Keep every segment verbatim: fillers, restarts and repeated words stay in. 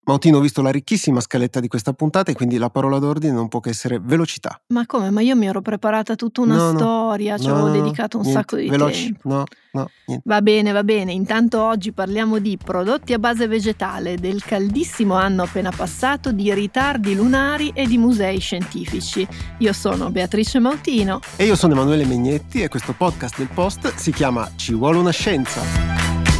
Mautino, ho visto la ricchissima scaletta di questa puntata e quindi la parola d'ordine non può che essere velocità. Ma come? Ma io mi ero preparata tutta una No, no, storia, ci no, avevo no, no, dedicato un niente, sacco di veloci, tempo. no, no, niente. Va bene, va bene. Intanto oggi parliamo di prodotti a base vegetale, del caldissimo anno appena passato, di ritardi lunari e di musei scientifici. Io sono Beatrice Mautino. E io sono Emanuele Megnetti e questo podcast del Post si chiama Ci vuole una scienza.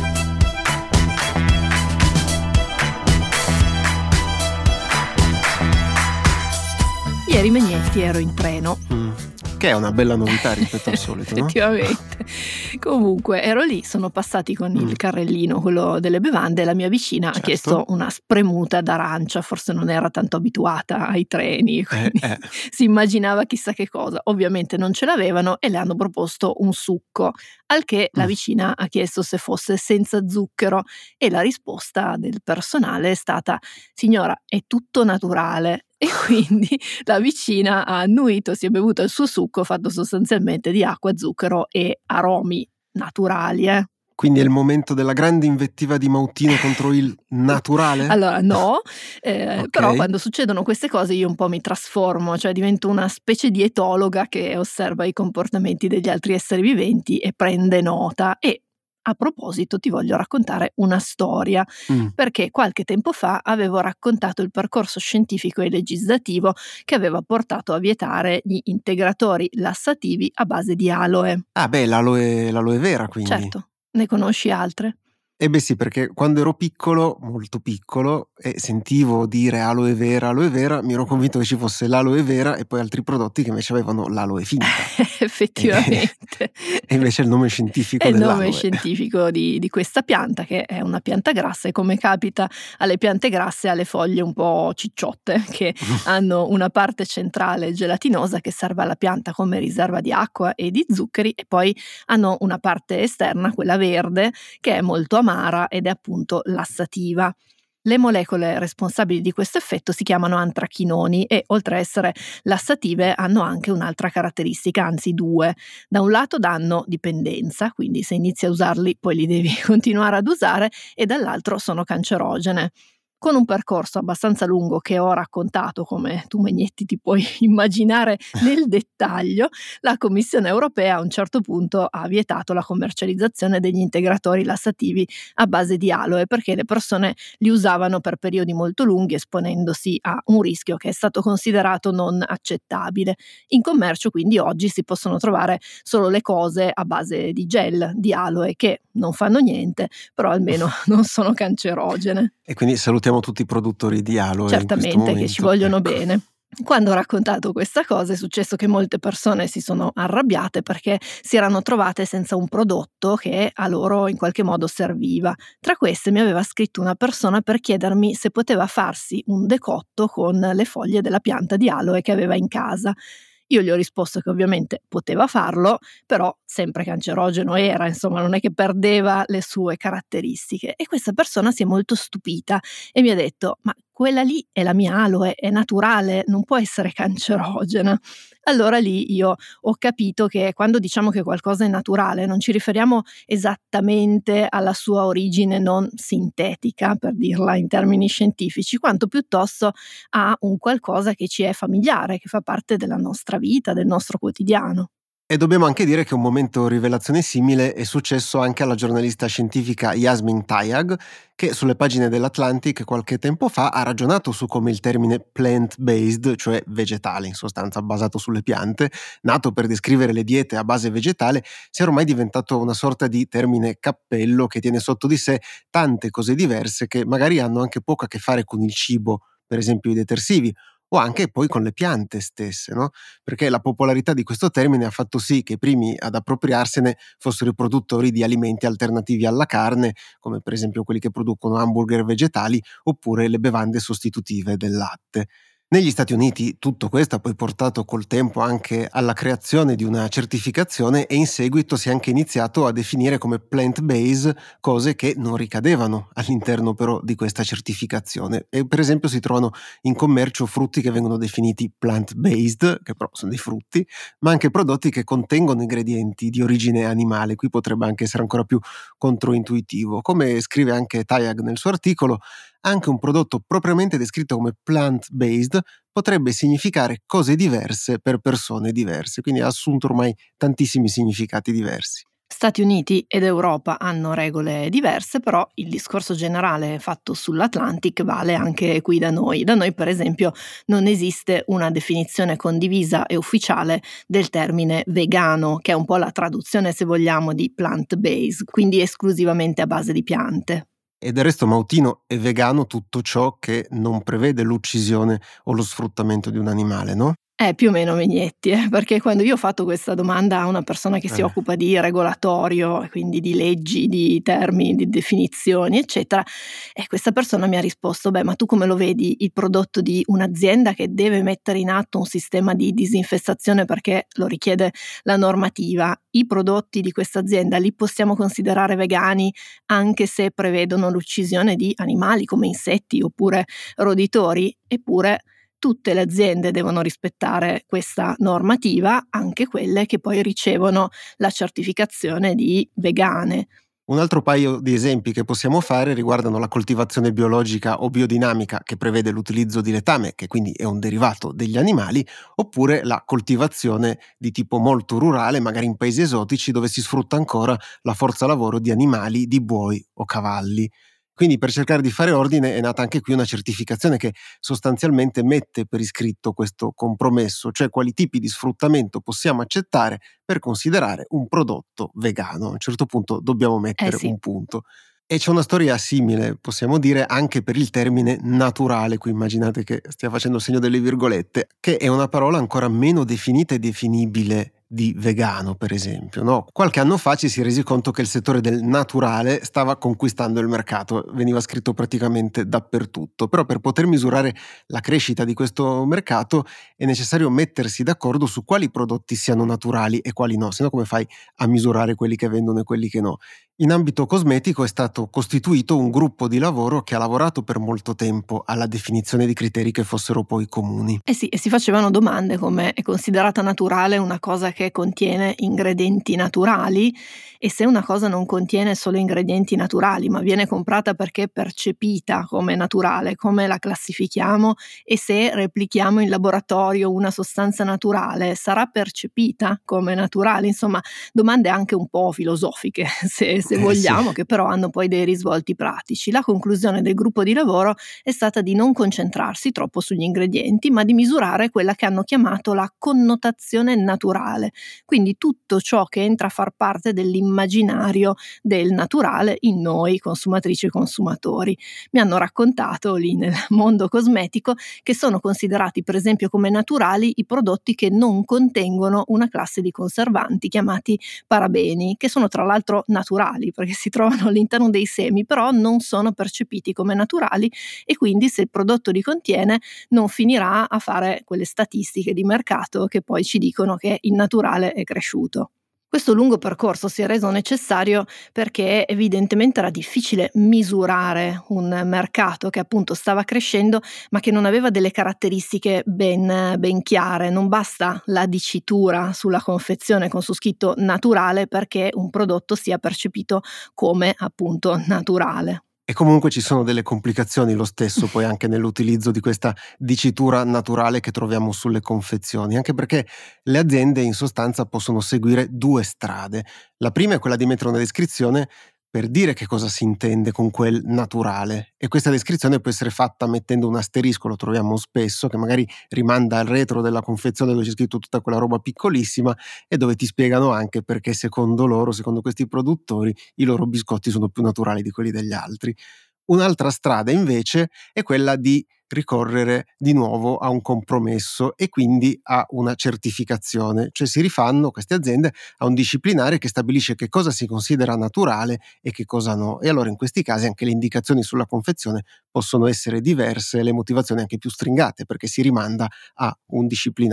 Ieri Megnetti ero in treno. Mm. Che è una bella novità rispetto al solito, no? Effettivamente. Comunque ero lì, sono passati con Mm. il carrellino, quello delle bevande, e la mia vicina Certo. ha chiesto una spremuta d'arancia, forse non era tanto abituata ai treni, quindi Eh, eh. si immaginava chissà che cosa. Ovviamente non ce l'avevano e le hanno proposto un succo, al che la Mm. vicina ha chiesto se fosse senza zucchero e la risposta del personale è stata: signora, è tutto naturale. E quindi la vicina ha annuito, si è bevuta il suo succo fatto sostanzialmente di acqua, zucchero e aromi naturali, eh. Quindi è il momento della grande invettiva di Mautino contro il naturale? Allora no, eh, Ok. però quando succedono queste cose io un po' mi trasformo, cioè divento una specie di etologa che osserva i comportamenti degli altri esseri viventi e prende nota. E a proposito ti voglio raccontare una storia, Mm. perché qualche tempo fa avevo raccontato il percorso scientifico e legislativo che aveva portato a vietare gli integratori lassativi a base di aloe. Ah beh, l'aloe, l'aloe vera quindi. Certo, ne conosci altre? Eh beh sì, perché quando ero piccolo, molto piccolo, e sentivo dire aloe vera, aloe vera, mi ero convinto che ci fosse l'aloe vera e poi altri prodotti che invece avevano l'aloe finta. Effettivamente. E invece è il nome scientifico È il dell'aloe. nome scientifico di, di questa pianta, che è una pianta grassa, e come capita alle piante grasse ha le foglie un po' cicciotte che hanno una parte centrale gelatinosa che serve alla pianta come riserva di acqua e di zuccheri, e poi hanno una parte esterna, quella verde, che è molto amara ed è appunto lassativa. Le molecole responsabili di questo effetto si chiamano antrachinoni e, oltre a essere lassative, hanno anche un'altra caratteristica, anzi due. Da un lato danno dipendenza, quindi se inizi a usarli poi li devi continuare ad usare, e dall'altro sono cancerogene. Con un percorso abbastanza lungo che ho raccontato, come tu Megnetti ti puoi immaginare nel dettaglio, la Commissione europea a un certo punto ha vietato la commercializzazione degli integratori lassativi a base di aloe, perché le persone li usavano per periodi molto lunghi, esponendosi a un rischio che è stato considerato non accettabile. In commercio quindi oggi si possono trovare solo le cose a base di gel di aloe, che non fanno niente, però almeno non sono cancerogene. E quindi salutiamo tutti i produttori di aloe in questo Certamente, momento. che ci vogliono Ecco. bene. Quando ho raccontato questa cosa è successo che molte persone si sono arrabbiate perché si erano trovate senza un prodotto che a loro in qualche modo serviva. Tra queste mi aveva scritto una persona per chiedermi se poteva farsi un decotto con le foglie della pianta di aloe che aveva in casa. Io gli ho risposto che ovviamente poteva farlo, però sempre cancerogeno era, insomma non è che perdeva le sue caratteristiche. E questa persona si è molto stupita e mi ha detto: ma quella lì è la mia aloe, è naturale, non può essere cancerogena. Allora lì io ho capito che quando diciamo che qualcosa è naturale non ci riferiamo esattamente alla sua origine non sintetica, per dirla in termini scientifici, quanto piuttosto a un qualcosa che ci è familiare, che fa parte della nostra vita, del nostro quotidiano. E dobbiamo anche dire che un momento rivelazione simile è successo anche alla giornalista scientifica Yasmin Tayag, che sulle pagine dell'Atlantic qualche tempo fa ha ragionato su come il termine plant-based, cioè vegetale in sostanza basato sulle piante, nato per descrivere le diete a base vegetale, sia ormai diventato una sorta di termine cappello che tiene sotto di sé tante cose diverse che magari hanno anche poco a che fare con il cibo, per esempio i detersivi, o anche poi con le piante stesse, no? Perché la popolarità di questo termine ha fatto sì che i primi ad appropriarsene fossero i produttori di alimenti alternativi alla carne, come per esempio quelli che producono hamburger vegetali, oppure le bevande sostitutive del latte. Negli Stati Uniti tutto questo ha poi portato col tempo anche alla creazione di una certificazione e in seguito si è anche iniziato a definire come plant-based cose che non ricadevano all'interno però di questa certificazione. E per esempio si trovano in commercio frutti che vengono definiti plant-based, che però sono dei frutti, ma anche prodotti che contengono ingredienti di origine animale. Qui potrebbe anche essere ancora più controintuitivo. Come scrive anche Tayag nel suo articolo, anche un prodotto propriamente descritto come plant-based potrebbe significare cose diverse per persone diverse, quindi ha assunto ormai tantissimi significati diversi. Stati Uniti ed Europa hanno regole diverse, però il discorso generale fatto sull'Atlantic vale anche qui da noi. Da noi, per esempio, non esiste una definizione condivisa e ufficiale del termine vegano, che è un po' la traduzione, se vogliamo, di plant-based, quindi esclusivamente a base di piante. E del resto Mautino è vegano tutto ciò che non prevede l'uccisione o lo sfruttamento di un animale, no? Eh, più o meno Megnetti, eh, perché quando io ho fatto questa domanda a una persona che si Eh. occupa di regolatorio, e quindi di leggi, di termini, di definizioni, eccetera, e questa persona mi ha risposto: beh, ma tu come lo vedi il prodotto di un'azienda che deve mettere in atto un sistema di disinfestazione perché lo richiede la normativa? I prodotti di questa azienda li possiamo considerare vegani anche se prevedono l'uccisione di animali come insetti oppure roditori? Eppure tutte le aziende devono rispettare questa normativa, anche quelle che poi ricevono la certificazione di vegane. Un altro paio di esempi che possiamo fare riguardano la coltivazione biologica o biodinamica, che prevede l'utilizzo di letame, che quindi è un derivato degli animali, oppure la coltivazione di tipo molto rurale, magari in paesi esotici dove si sfrutta ancora la forza lavoro di animali, di buoi o cavalli. Quindi per cercare di fare ordine è nata anche qui una certificazione che sostanzialmente mette per iscritto questo compromesso, cioè quali tipi di sfruttamento possiamo accettare per considerare un prodotto vegano. A un certo punto dobbiamo Eh mettere sì. un punto. E c'è una storia simile, possiamo dire, anche per il termine naturale, qui immaginate che stia facendo il segno delle virgolette, che è una parola ancora meno definita e definibile di vegano, per esempio, no? Qualche anno fa ci si è resi conto che il settore del naturale stava conquistando il mercato, veniva scritto praticamente dappertutto, però per poter misurare la crescita di questo mercato è necessario mettersi d'accordo su quali prodotti siano naturali e quali no, se no come fai a misurare quelli che vendono e quelli che no? In ambito cosmetico è stato costituito un gruppo di lavoro che ha lavorato per molto tempo alla definizione di criteri che fossero poi comuni. Eh sì, e si facevano domande come: è considerata naturale una cosa che contiene ingredienti naturali? E se una cosa non contiene solo ingredienti naturali, ma viene comprata perché è percepita come naturale, come la classifichiamo? E se replichiamo in laboratorio una sostanza naturale, sarà percepita come naturale? Insomma, domande anche un po' filosofiche, se, se Eh vogliamo, sì. che però hanno poi dei risvolti pratici. La conclusione del gruppo di lavoro è stata di non concentrarsi troppo sugli ingredienti, ma di misurare quella che hanno chiamato la connotazione naturale, quindi tutto ciò che entra a far parte dell'immaginario del naturale in noi consumatrici e consumatori. Mi hanno raccontato lì nel mondo cosmetico che sono considerati per esempio come naturali i prodotti che non contengono una classe di conservanti chiamati parabeni, che sono tra l'altro naturali perché si trovano all'interno dei semi, però non sono percepiti come naturali e quindi se il prodotto li contiene non finirà a fare quelle statistiche di mercato che poi ci dicono che il naturale è cresciuto. Questo lungo percorso si è reso necessario perché evidentemente era difficile misurare un mercato che appunto stava crescendo ma che non aveva delle caratteristiche ben, ben chiare. Non basta la dicitura sulla confezione con su scritto naturale perché un prodotto sia percepito come appunto naturale. E comunque ci sono delle complicazioni lo stesso poi anche nell'utilizzo di questa dicitura naturale che troviamo sulle confezioni, anche perché le aziende in sostanza possono seguire due strade. La prima è quella di mettere una descrizione per dire che cosa si intende con quel naturale e questa descrizione può essere fatta mettendo un asterisco, lo troviamo spesso, che magari rimanda al retro della confezione dove c'è scritto tutta quella roba piccolissima e dove ti spiegano anche perché secondo loro, secondo questi produttori, i loro biscotti sono più naturali di quelli degli altri. Un'altra strada invece è quella di ricorrere di nuovo a un compromesso e quindi a una certificazione, cioè si rifanno queste aziende a un disciplinare che stabilisce che cosa si considera naturale e che cosa no. E allora in questi casi anche le indicazioni sulla confezione possono essere diverse, le motivazioni anche più stringate perché si rimanda a un disciplinare.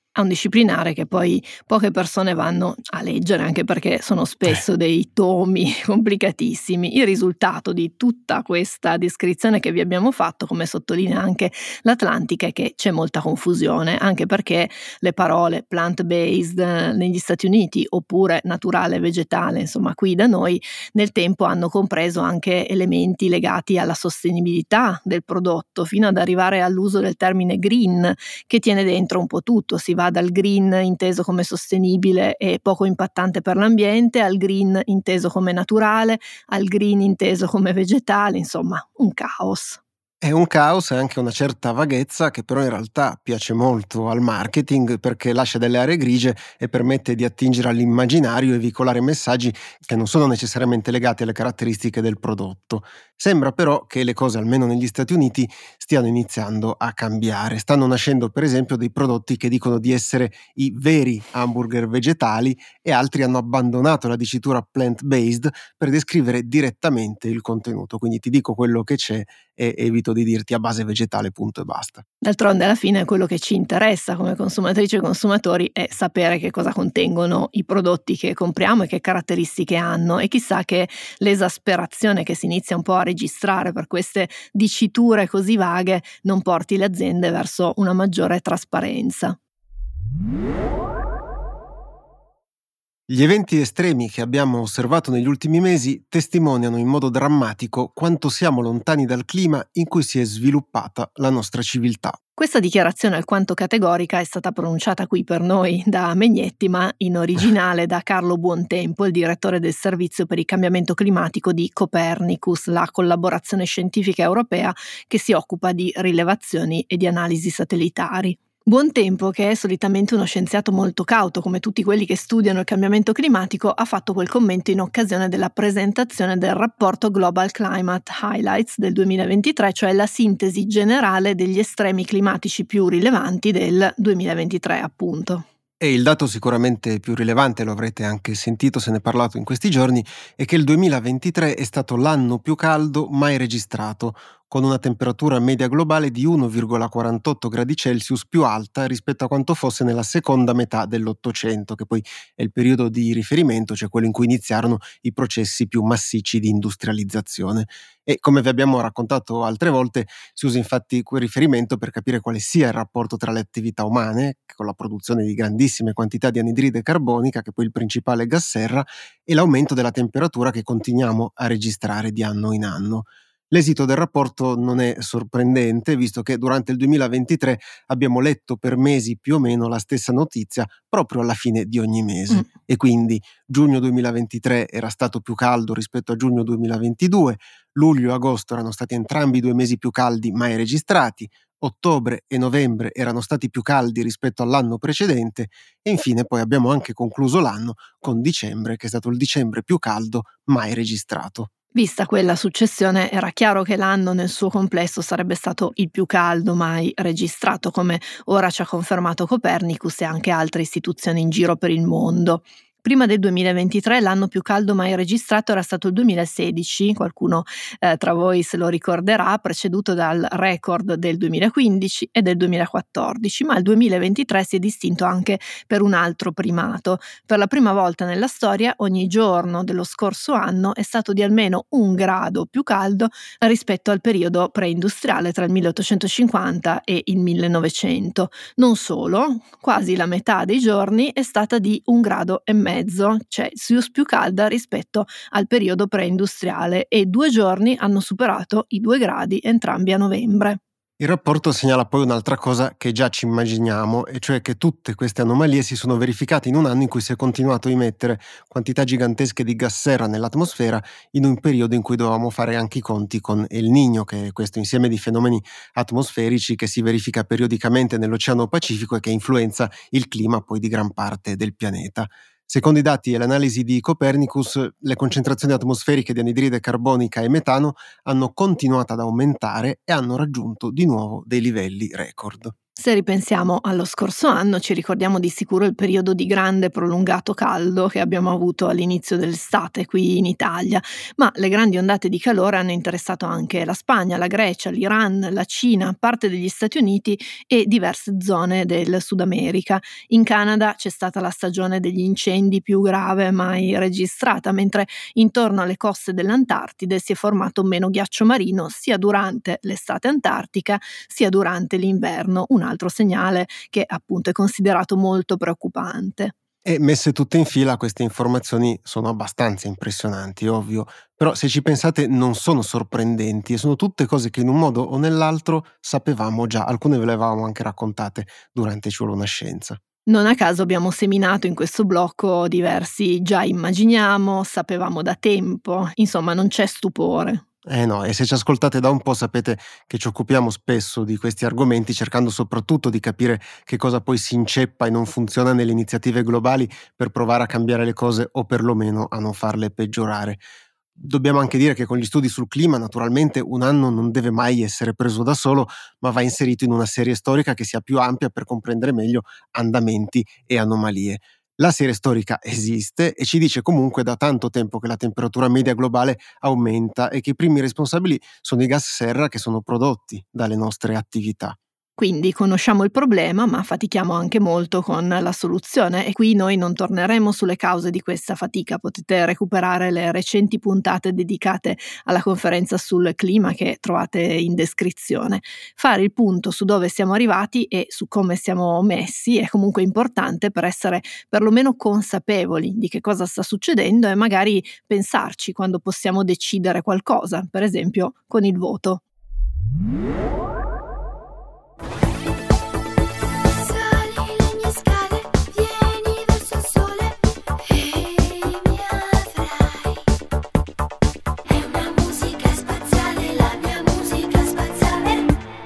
È un disciplinare che poi poche persone vanno a leggere, anche perché sono spesso dei tomi complicatissimi. Il risultato di tutta questa descrizione che vi abbiamo fatto, come sottolinea anche l'Atlantica, è che c'è molta confusione, anche perché le parole plant-based negli Stati Uniti oppure naturale vegetale, insomma qui da noi, nel tempo hanno compreso anche elementi legati alla sostenibilità del prodotto, fino ad arrivare all'uso del termine green, che tiene dentro un po' tutto. Si va dal green inteso come sostenibile e poco impattante per l'ambiente, al green inteso come naturale, al green inteso come vegetale, insomma, un caos. È un caos e anche una certa vaghezza che però in realtà piace molto al marketing, perché lascia delle aree grigie e permette di attingere all'immaginario e veicolare messaggi che non sono necessariamente legati alle caratteristiche del prodotto. Sembra però che le cose, almeno negli Stati Uniti, stiano iniziando a cambiare. Stanno nascendo per esempio dei prodotti che dicono di essere i veri hamburger vegetali, e altri hanno abbandonato la dicitura plant-based per descrivere direttamente il contenuto. Quindi ti dico quello che c'è e evito di dirti a base vegetale, punto e basta. D'altronde alla fine quello che ci interessa come consumatrici e consumatori è sapere che cosa contengono i prodotti che compriamo e che caratteristiche hanno, e chissà che l'esasperazione che si inizia un po' a registrare per queste diciture così vaghe non porti le aziende verso una maggiore trasparenza. Gli eventi estremi che abbiamo osservato negli ultimi mesi testimoniano in modo drammatico quanto siamo lontani dal clima in cui si è sviluppata la nostra civiltà. Questa dichiarazione alquanto categorica è stata pronunciata qui per noi da Megnetti, ma in originale da Carlo Buontempo, il direttore del Servizio per il cambiamento climatico di Copernicus, la collaborazione scientifica europea che si occupa di rilevazioni e di analisi satellitari. Buontempo, che è solitamente uno scienziato molto cauto, come tutti quelli che studiano il cambiamento climatico, ha fatto quel commento in occasione della presentazione del rapporto Global Climate Highlights del duemilaventitré, cioè la sintesi generale degli estremi climatici più rilevanti del duemilaventitré, appunto. E il dato sicuramente più rilevante, lo avrete anche sentito, se ne è parlato in questi giorni, è che il duemilaventitré è stato l'anno più caldo mai registrato, con una temperatura media globale di uno virgola quarantotto gradi Celsius più alta rispetto a quanto fosse nella seconda metà dell'Ottocento, che poi è il periodo di riferimento, cioè quello in cui iniziarono i processi più massicci di industrializzazione. E come vi abbiamo raccontato altre volte, si usa infatti quel riferimento per capire quale sia il rapporto tra le attività umane, con la produzione di grandissime quantità di anidride carbonica, che è poi il principale gas serra, e l'aumento della temperatura che continuiamo a registrare di anno in anno. L'esito del rapporto non è sorprendente, visto che durante il duemilaventitré abbiamo letto per mesi più o meno la stessa notizia proprio alla fine di ogni mese. Mm. E quindi giugno duemilaventitré era stato più caldo rispetto a giugno duemilaventidue, luglio e agosto erano stati entrambi i due mesi più caldi mai registrati, ottobre e novembre erano stati più caldi rispetto all'anno precedente, e infine poi abbiamo anche concluso l'anno con dicembre, che è stato il dicembre più caldo mai registrato. Vista quella successione, era chiaro che l'anno nel suo complesso sarebbe stato il più caldo mai registrato, come ora ci ha confermato Copernicus e anche altre istituzioni in giro per il mondo. Prima del duemilaventitré l'anno più caldo mai registrato era stato il duemilasedici, qualcuno eh, tra voi se lo ricorderà, preceduto dal record del duemilaquindici e del duemilaquattordici, ma il duemilaventitré si è distinto anche per un altro primato. Per la prima volta nella storia ogni giorno dello scorso anno è stato di almeno un grado più caldo rispetto al periodo preindustriale tra il milleottocentocinquanta e il millenovecento. Non solo, quasi la metà dei giorni è stata di un grado e mezzo Celsius più calda rispetto al periodo preindustriale, e due giorni hanno superato i due gradi entrambi a novembre. Il rapporto segnala poi un'altra cosa che già ci immaginiamo, e cioè che tutte queste anomalie si sono verificate in un anno in cui si è continuato a emettere quantità gigantesche di gas serra nell'atmosfera, in un periodo in cui dovevamo fare anche i conti con El Niño, che è questo insieme di fenomeni atmosferici che si verifica periodicamente nell'Oceano Pacifico e che influenza il clima poi di gran parte del pianeta. Secondo i dati e l'analisi di Copernicus, le concentrazioni atmosferiche di anidride carbonica e metano hanno continuato ad aumentare e hanno raggiunto di nuovo dei livelli record. Se ripensiamo allo scorso anno, ci ricordiamo di sicuro il periodo di grande prolungato caldo che abbiamo avuto all'inizio dell'estate qui in Italia, ma le grandi ondate di calore hanno interessato anche la Spagna, la Grecia, l'Iran, la Cina, parte degli Stati Uniti e diverse zone del Sud America. In Canada c'è stata la stagione degli incendi più grave mai registrata, mentre intorno alle coste dell'Antartide si è formato meno ghiaccio marino sia durante l'estate antartica sia durante l'inverno, un altro segnale che appunto è considerato molto preoccupante. E messe tutte in fila queste informazioni sono abbastanza impressionanti, ovvio, però se ci pensate non sono sorprendenti e sono tutte cose che in un modo o nell'altro sapevamo già, alcune ve le avevamo anche raccontate durante Ci vuole una scienza. Non a caso abbiamo seminato in questo blocco diversi già immaginiamo, sapevamo da tempo, insomma non c'è stupore. Eh no, e se ci ascoltate da un po' sapete che ci occupiamo spesso di questi argomenti cercando soprattutto di capire che cosa poi si inceppa e non funziona nelle iniziative globali per provare a cambiare le cose o perlomeno a non farle peggiorare. Dobbiamo anche dire che con gli studi sul clima naturalmente un anno non deve mai essere preso da solo, ma va inserito in una serie storica che sia più ampia per comprendere meglio andamenti e anomalie. La serie storica esiste e ci dice comunque da tanto tempo che la temperatura media globale aumenta e che i primi responsabili sono i gas serra che sono prodotti dalle nostre attività. Quindi conosciamo il problema, ma fatichiamo anche molto con la soluzione e qui noi non torneremo sulle cause di questa fatica. Potete recuperare le recenti puntate dedicate alla conferenza sul clima che trovate in descrizione. Fare il punto su dove siamo arrivati e su come siamo messi è comunque importante per essere perlomeno consapevoli di che cosa sta succedendo e magari pensarci quando possiamo decidere qualcosa, per esempio con il voto. Sali le mie scale, vieni verso il sole e mi avrai. È una musica spaziale, la mia musica spaziale.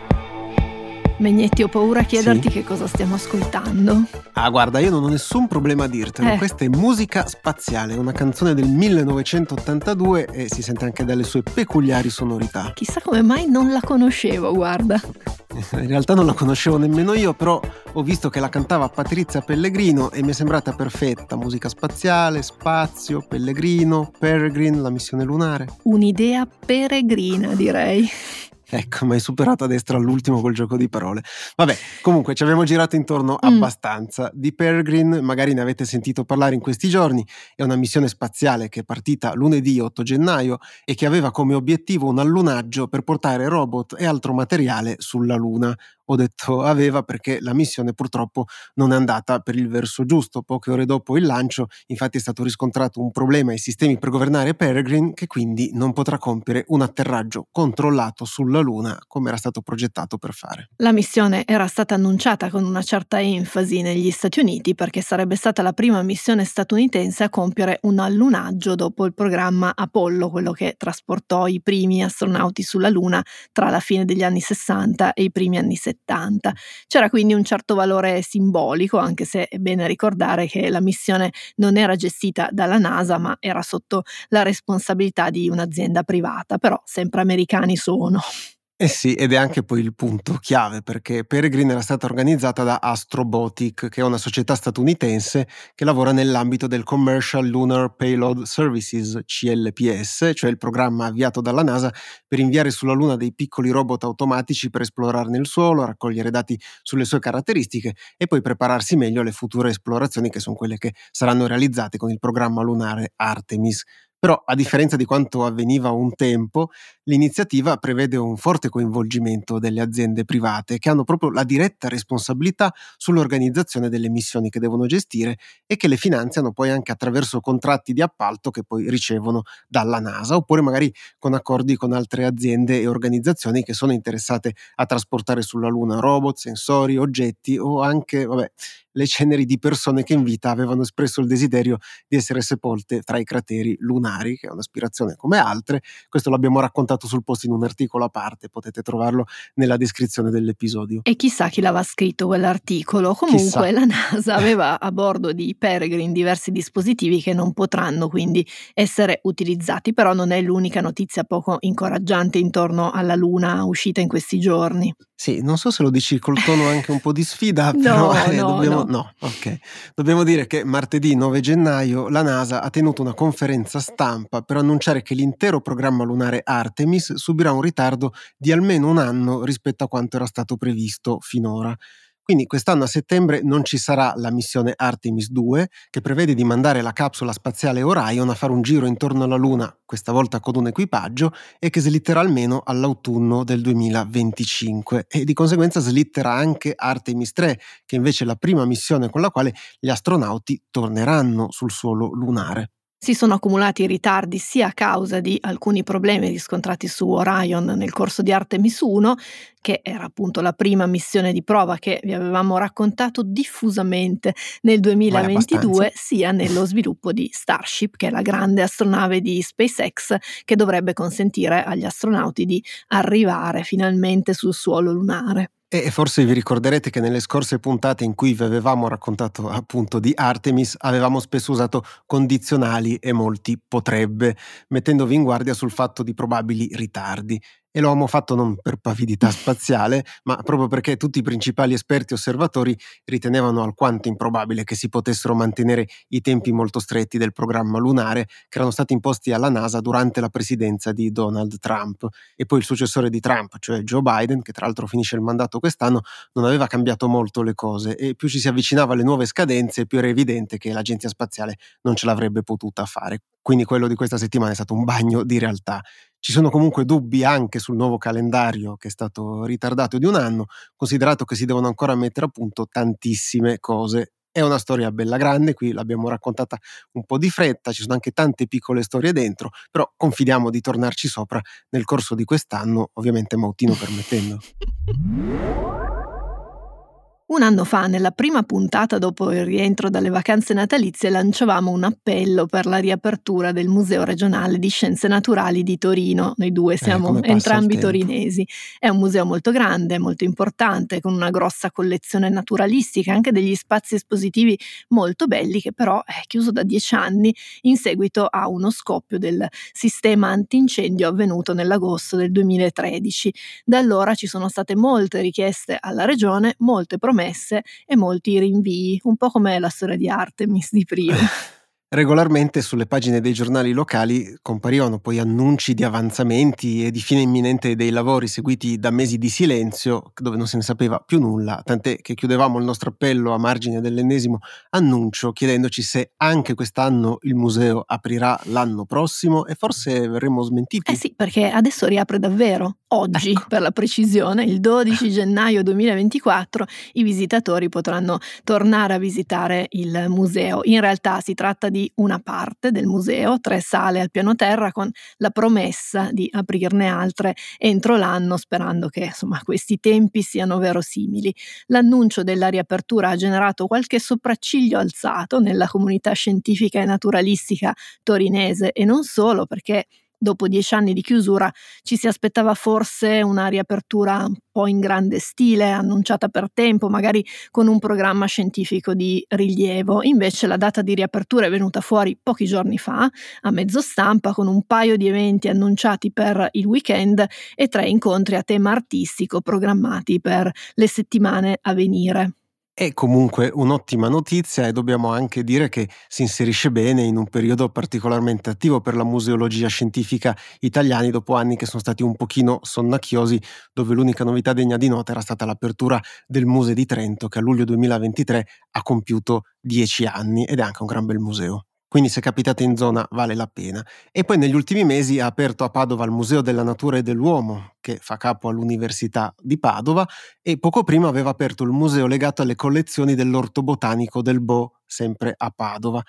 Megnetti, ho paura a chiederti Sì. che cosa stiamo ascoltando. Ah, guarda, io non ho nessun problema a dirtelo. Eh. Questa è Musica Spaziale, una canzone del millenovecentottantadue e si sente anche dalle sue peculiari sonorità. Chissà come mai non la conoscevo, guarda. In realtà non la conoscevo nemmeno io, però ho visto che la cantava Patrizia Pellegrino e mi è sembrata perfetta. Musica spaziale, spazio, Pellegrino, Peregrine, la missione lunare. Un'idea peregrina, direi. Ecco, mi hai superato a destra all'ultimo col gioco di parole. Vabbè, comunque ci abbiamo girato intorno Mm. abbastanza. Di Peregrine magari ne avete sentito parlare in questi giorni. È una missione spaziale che è partita lunedì otto gennaio e che aveva come obiettivo un allunaggio per portare robot e altro materiale sulla Luna. Ho detto aveva perché la missione purtroppo non è andata per il verso giusto. Poche ore dopo il lancio, infatti, è stato riscontrato un problema ai sistemi per governare Peregrine, che quindi non potrà compiere un atterraggio controllato sulla Luna come era stato progettato per fare. La missione era stata annunciata con una certa enfasi negli Stati Uniti perché sarebbe stata la prima missione statunitense a compiere un allunaggio dopo il programma Apollo, quello che trasportò i primi astronauti sulla Luna tra la fine degli anni sessanta e i primi anni settanta. C'era quindi un certo valore simbolico, anche se è bene ricordare che la missione non era gestita dalla NASA, ma era sotto la responsabilità di un'azienda privata, però sempre americani sono. Eh sì, ed è anche poi il punto chiave, perché Peregrine era stata organizzata da Astrobotic, che è una società statunitense che lavora nell'ambito del Commercial Lunar Payload Services, C L P S, cioè il programma avviato dalla NASA per inviare sulla Luna dei piccoli robot automatici per esplorarne il suolo, raccogliere dati sulle sue caratteristiche e poi prepararsi meglio alle future esplorazioni, che sono quelle che saranno realizzate con il programma lunare Artemis. Però, a differenza di quanto avveniva un tempo, l'iniziativa prevede un forte coinvolgimento delle aziende private che hanno proprio la diretta responsabilità sull'organizzazione delle missioni che devono gestire e che le finanziano poi anche attraverso contratti di appalto che poi ricevono dalla NASA, oppure magari con accordi con altre aziende e organizzazioni che sono interessate a trasportare sulla Luna robot, sensori, oggetti o anche, vabbè, le ceneri di persone che in vita avevano espresso il desiderio di essere sepolte tra i crateri lunari, che è un'aspirazione come altre. Questo l'abbiamo raccontato sul post in un articolo a parte, potete trovarlo nella descrizione dell'episodio. E chissà chi l'aveva scritto quell'articolo. Comunque Chissà. la NASA aveva a bordo di Peregrine diversi dispositivi che non potranno quindi essere utilizzati, però non è l'unica notizia poco incoraggiante intorno alla Luna uscita in questi giorni. Sì, non so se lo dici col tono anche un po' di sfida, No, però eh, no, dobbiamo, no. no, ok. Dobbiamo dire che martedì nove gennaio la NASA ha tenuto una conferenza stampa per annunciare che l'intero programma lunare Artemis subirà un ritardo di almeno un anno rispetto a quanto era stato previsto finora. Quindi quest'anno a settembre non ci sarà la missione Artemis due, che prevede di mandare la capsula spaziale Orion a fare un giro intorno alla Luna, questa volta con un equipaggio, e che slitterà almeno all'autunno del duemilaventicinque. E di conseguenza slitterà anche Artemis tre, che invece è la prima missione con la quale gli astronauti torneranno sul suolo lunare. Si sono accumulati ritardi sia a causa di alcuni problemi riscontrati su Orion nel corso di Artemis uno, che era appunto la prima missione di prova che vi avevamo raccontato diffusamente nel duemilaventidue, sia nello sviluppo di Starship, che è la grande astronave di SpaceX che dovrebbe consentire agli astronauti di arrivare finalmente sul suolo lunare. E forse vi ricorderete che nelle scorse puntate in cui vi avevamo raccontato appunto di Artemis avevamo spesso usato condizionali e molti potrebbe, mettendovi in guardia sul fatto di probabili ritardi. E lo abbiamo fatto non per pavidità spaziale, ma proprio perché tutti i principali esperti osservatori ritenevano alquanto improbabile che si potessero mantenere i tempi molto stretti del programma lunare che erano stati imposti alla NASA durante la presidenza di Donald Trump. E poi il successore di Trump, cioè Joe Biden, che tra l'altro finisce il mandato quest'anno, non aveva cambiato molto le cose, e più ci si avvicinava alle nuove scadenze più era evidente che l'agenzia spaziale non ce l'avrebbe potuta fare. Quindi quello di questa settimana è stato un bagno di realtà. Ci sono comunque dubbi anche sul nuovo calendario, che è stato ritardato di un anno, considerato che si devono ancora mettere a punto tantissime cose. È una storia bella grande, qui l'abbiamo raccontata un po' di fretta, ci sono anche tante piccole storie dentro, però confidiamo di tornarci sopra nel corso di quest'anno, ovviamente mautino permettendo. Un anno fa, nella prima puntata dopo il rientro dalle vacanze natalizie, lanciavamo un appello per la riapertura del Museo regionale di Scienze Naturali di Torino. Noi due siamo come passa il entrambi tempo. torinesi. È un museo molto grande, molto importante, con una grossa collezione naturalistica, anche degli spazi espositivi molto belli, che però è chiuso da dieci anni in seguito a uno scoppio del sistema antincendio avvenuto nell'agosto del duemilatredici. Da allora ci sono state molte richieste alla regione, molte promesse e molti rinvii, un po' come la storia di Artemis di prima. Regolarmente sulle pagine dei giornali locali comparivano poi annunci di avanzamenti e di fine imminente dei lavori, seguiti da mesi di silenzio dove non se ne sapeva più nulla, tant'è che chiudevamo il nostro appello a margine dell'ennesimo annuncio chiedendoci se anche quest'anno il museo aprirà l'anno prossimo, e forse verremo smentiti. Eh sì, perché adesso riapre davvero. Oggi, Ecco. per la precisione, il dodici gennaio duemilaventiquattro, i visitatori potranno tornare a visitare il museo. In realtà si tratta di una parte del museo, tre sale al piano terra, con la promessa di aprirne altre entro l'anno, sperando che insomma questi tempi siano verosimili. L'annuncio della riapertura ha generato qualche sopracciglio alzato nella comunità scientifica e naturalistica torinese, e non solo, perché dopo dieci anni di chiusura ci si aspettava forse una riapertura un po' in grande stile, annunciata per tempo, magari con un programma scientifico di rilievo. Invece la data di riapertura è venuta fuori pochi giorni fa, a mezzo stampa, con un paio di eventi annunciati per il weekend e tre incontri a tema artistico programmati per le settimane a venire. È comunque un'ottima notizia, e dobbiamo anche dire che si inserisce bene in un periodo particolarmente attivo per la museologia scientifica italiana, dopo anni che sono stati un pochino sonnacchiosi, dove l'unica novità degna di nota era stata l'apertura del Museo di Trento, che a luglio duemilaventitré ha compiuto dieci anni ed è anche un gran bel museo. Quindi se capitate in zona vale la pena. E poi negli ultimi mesi ha aperto a Padova il Museo della Natura e dell'Uomo, che fa capo all'Università di Padova, e poco prima aveva aperto il museo legato alle collezioni dell'Orto Botanico del Bo, sempre a Padova.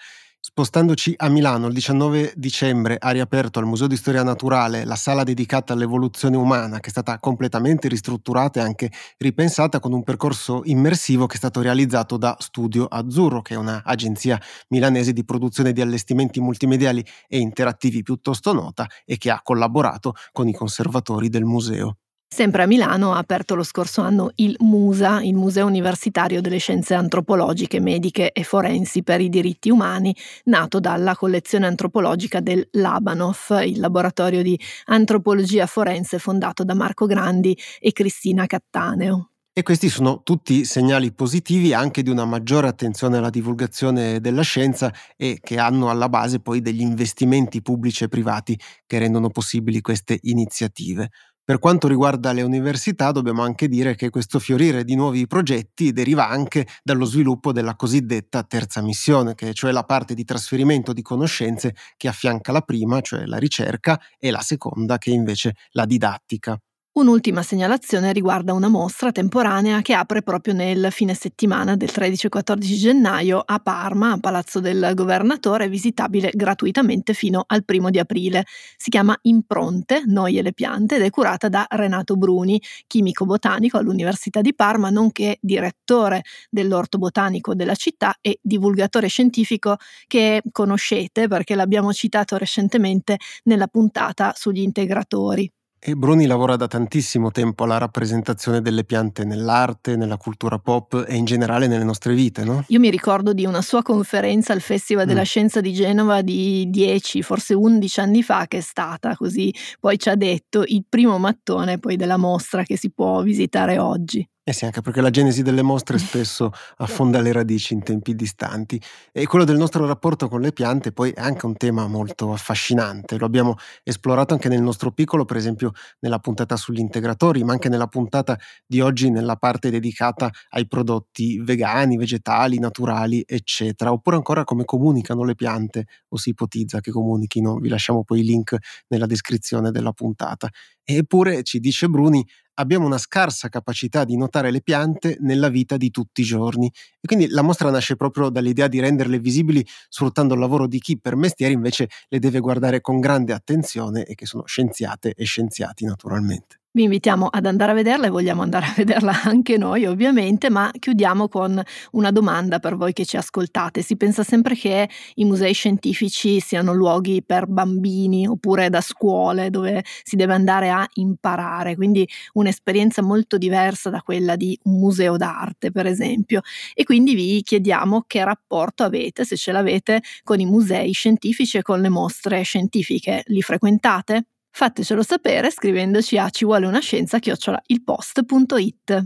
Spostandoci a Milano, il diciannove dicembre ha riaperto al Museo di Storia Naturale la sala dedicata all'evoluzione umana, che è stata completamente ristrutturata e anche ripensata con un percorso immersivo che è stato realizzato da Studio Azzurro, che è un'agenzia milanese di produzione di allestimenti multimediali e interattivi piuttosto nota e che ha collaborato con i conservatori del museo. Sempre a Milano ha aperto lo scorso anno il MUSA, il Museo Universitario delle Scienze Antropologiche, Mediche e Forensi per i Diritti Umani, nato dalla collezione antropologica del Labanov, il laboratorio di antropologia forense fondato da Marco Grandi e Cristina Cattaneo. E questi sono tutti segnali positivi anche di una maggiore attenzione alla divulgazione della scienza e che hanno alla base poi degli investimenti pubblici e privati che rendono possibili queste iniziative. Per quanto riguarda le università, dobbiamo anche dire che questo fiorire di nuovi progetti deriva anche dallo sviluppo della cosiddetta terza missione, che è cioè la parte di trasferimento di conoscenze che affianca la prima, cioè la ricerca, e la seconda, che è invece la didattica. Un'ultima segnalazione riguarda una mostra temporanea che apre proprio nel fine settimana del tredici e quattordici gennaio a Parma, a Palazzo del Governatore, visitabile gratuitamente fino al primo di aprile. Si chiama Impronte, noi e le piante ed è curata da Renato Bruni, chimico botanico all'Università di Parma, nonché direttore dell'Orto Botanico della città e divulgatore scientifico che conoscete perché l'abbiamo citato recentemente nella puntata sugli integratori. E Bruni lavora da tantissimo tempo alla rappresentazione delle piante nell'arte, nella cultura pop e in generale nelle nostre vite, no? Io mi ricordo di una sua conferenza al Festival della Mm. Scienza di Genova di dieci, forse undici anni fa, che è stata così, poi ci ha detto, il primo mattone poi della mostra che si può visitare oggi. Eh sì, anche perché la genesi delle mostre spesso affonda le radici in tempi distanti e quello del nostro rapporto con le piante poi è anche un tema molto affascinante. Lo abbiamo esplorato anche nel nostro piccolo, per esempio nella puntata sugli integratori, ma anche nella puntata di oggi nella parte dedicata ai prodotti vegani, vegetali, naturali, eccetera. Oppure ancora come comunicano le piante o si ipotizza che comunichino. Vi lasciamo poi i link nella descrizione della puntata. Eppure, ci dice Bruni, abbiamo una scarsa capacità di notare le piante nella vita di tutti i giorni e quindi la mostra nasce proprio dall'idea di renderle visibili sfruttando il lavoro di chi per mestiere invece le deve guardare con grande attenzione e che sono scienziate e scienziati naturalmente. Vi invitiamo ad andare a vederla e vogliamo andare a vederla anche noi ovviamente, ma chiudiamo con una domanda per voi che ci ascoltate. Si pensa sempre che i musei scientifici siano luoghi per bambini oppure da scuole dove si deve andare a imparare, quindi un'esperienza molto diversa da quella di un museo d'arte per esempio. E quindi vi chiediamo che rapporto avete, se ce l'avete, con i musei scientifici e con le mostre scientifiche. Li frequentate? Fatecelo sapere scrivendoci a ci vuole una scienza chiocciola ilpost punto it.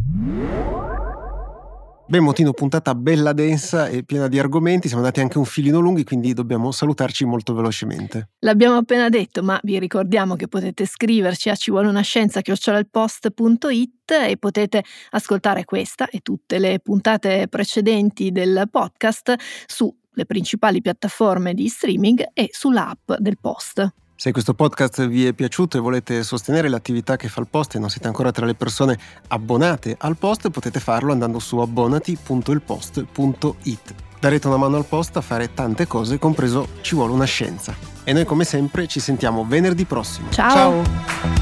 Beh, Motino, puntata bella densa e piena di argomenti, siamo andati anche un filino lunghi, quindi dobbiamo salutarci molto velocemente. L'abbiamo appena detto, ma vi ricordiamo che potete scriverci a ci vuole una scienza chiocciola ilpost punto it e potete ascoltare questa e tutte le puntate precedenti del podcast sulle principali piattaforme di streaming e sulla app del Post. Se questo podcast vi è piaciuto e volete sostenere l'attività che fa il Post e non siete ancora tra le persone abbonate al Post, potete farlo andando su abbonati punto ilpost punto it. Darete una mano al Post a fare tante cose, compreso Ci vuole una scienza. E noi come sempre ci sentiamo venerdì prossimo. Ciao! Ciao!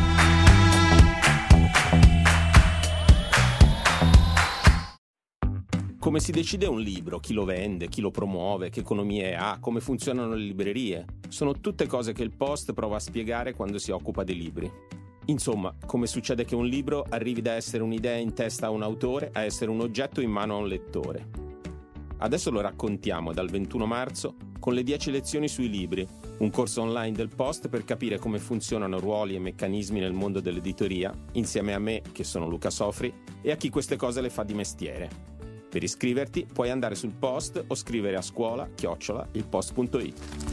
Come si decide un libro, chi lo vende, chi lo promuove, che economie ha, come funzionano le librerie? Sono tutte cose che il Post prova a spiegare quando si occupa dei libri. Insomma, come succede che un libro arrivi da essere un'idea in testa a un autore a essere un oggetto in mano a un lettore. Adesso lo raccontiamo dal ventuno marzo con le dieci lezioni sui libri, un corso online del Post per capire come funzionano ruoli e meccanismi nel mondo dell'editoria, insieme a me, che sono Luca Sofri, e a chi queste cose le fa di mestiere. Per iscriverti puoi andare sul Post o scrivere a scuola chiocciola ilpost punto it.